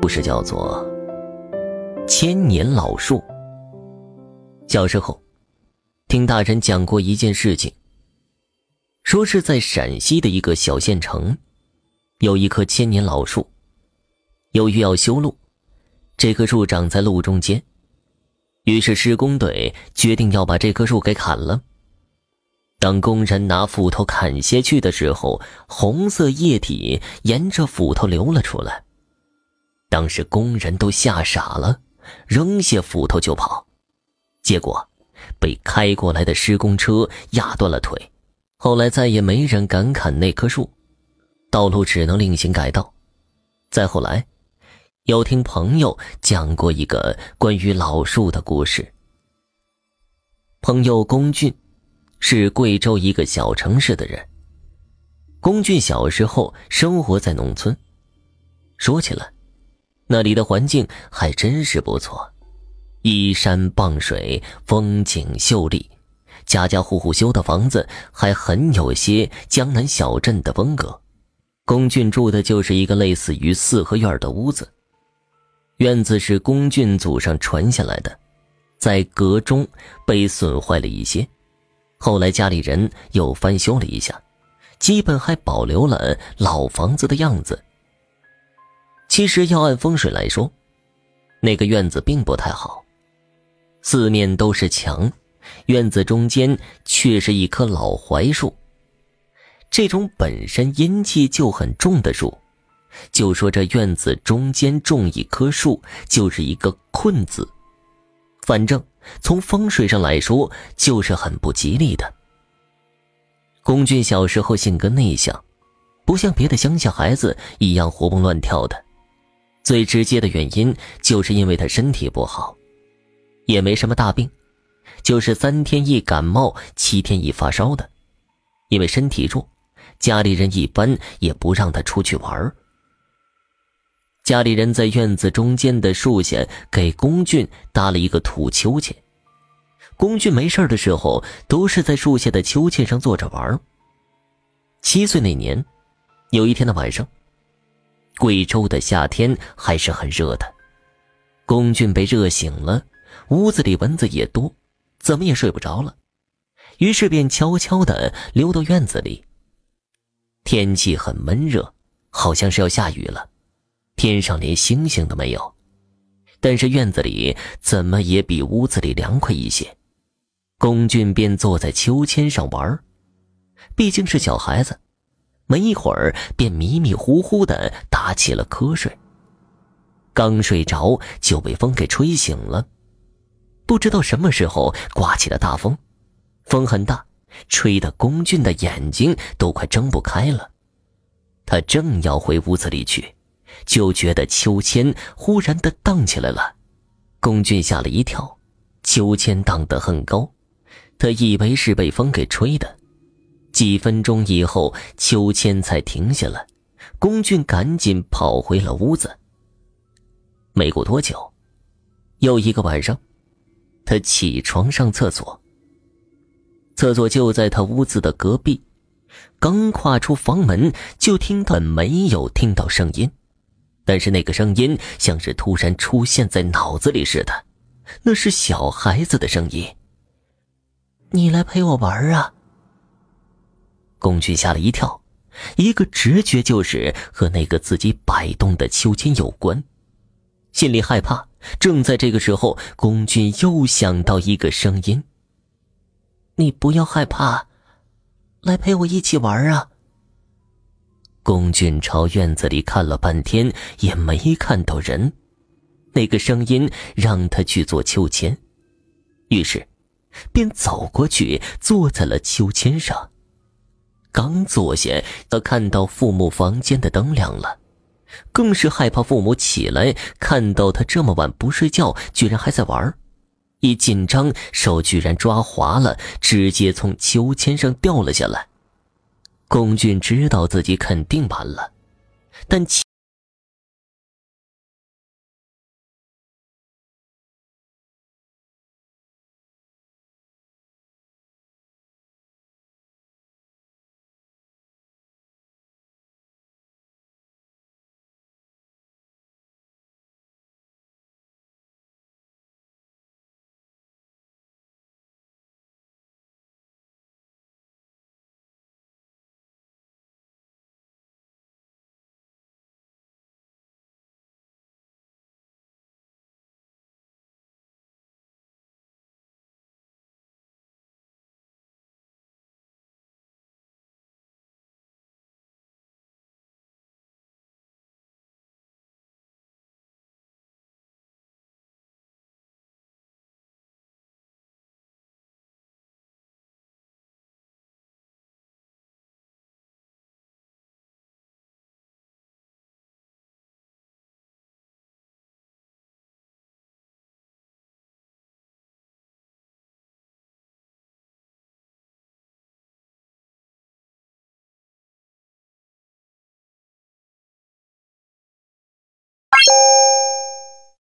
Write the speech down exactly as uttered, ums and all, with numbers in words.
故事叫做千年老树。小时候听大人讲过一件事情，说是在陕西的一个小县城有一棵千年老树，由于要修路，这棵树长在路中间，于是施工队决定要把这棵树给砍了。当工人拿斧头砍下去的时候，红色液体沿着斧头流了出来。当时工人都吓傻了，扔下斧头就跑，结果被开过来的施工车压断了腿。后来再也没人敢砍那棵树，道路只能另行改道。再后来有听朋友讲过一个关于老树的故事。朋友龚俊是贵州一个小城市的人。龚俊小时候生活在农村，说起来那里的环境还真是不错，依山傍水，风景秀丽，家家户户修的房子还很有些江南小镇的风格。龚俊住的就是一个类似于四合院的屋子，院子是龚俊祖上传下来的，在革中被损坏了一些，后来家里人又翻修了一下，基本还保留了老房子的样子。其实要按风水来说，那个院子并不太好，四面都是墙，院子中间却是一棵老槐树。这种本身阴气就很重的树，就说这院子中间种一棵树就是一个困字，反正从风水上来说就是很不吉利的。龚俊小时候性格内向，不像别的乡下孩子一样活蹦乱跳的，最直接的原因就是因为他身体不好，也没什么大病，就是三天一感冒，七天一发烧的。因为身体弱，家里人一般也不让他出去玩。家里人在院子中间的树下给龚俊搭了一个土秋千，龚俊没事的时候都是在树下的秋千上坐着玩。七岁那年，有一天的晚上，贵州的夏天还是很热的，龚俊被热醒了，屋子里蚊子也多，怎么也睡不着了，于是便悄悄地溜到院子里。天气很闷热，好像是要下雨了，天上连星星都没有，但是院子里怎么也比屋子里凉快一些。龚俊便坐在秋千上玩，毕竟是小孩子，没一会儿便迷迷糊糊地打起了瞌睡。刚睡着就被风给吹醒了，不知道什么时候刮起了大风，风很大，吹得龚俊的眼睛都快睁不开了。他正要回屋子里去，就觉得秋千忽然地荡起来了。龚俊吓了一跳，秋千荡得很高，他以为是被风给吹的。几分钟以后，秋千才停下来，龚俊赶紧跑回了屋子。没过多久，又一个晚上，他起床上厕所，厕所就在他屋子的隔壁，刚跨出房门就听到没有听到声音，但是那个声音像是突然出现在脑子里似的，那是小孩子的声音。你来陪我玩啊！龚俊吓了一跳，一个直觉就是和那个自己摆动的秋千有关，心里害怕。正在这个时候，龚俊又想到一个声音，你不要害怕，来陪我一起玩啊！龚俊朝院子里看了半天，也没看到人。那个声音让他去坐秋千，于是便走过去坐在了秋千上。刚坐下，他看到父母房间的灯亮了，更是害怕父母起来看到他这么晚不睡觉，居然还在玩。一紧张，手居然抓滑了，直接从秋千上掉了下来。龚俊知道自己肯定完了，但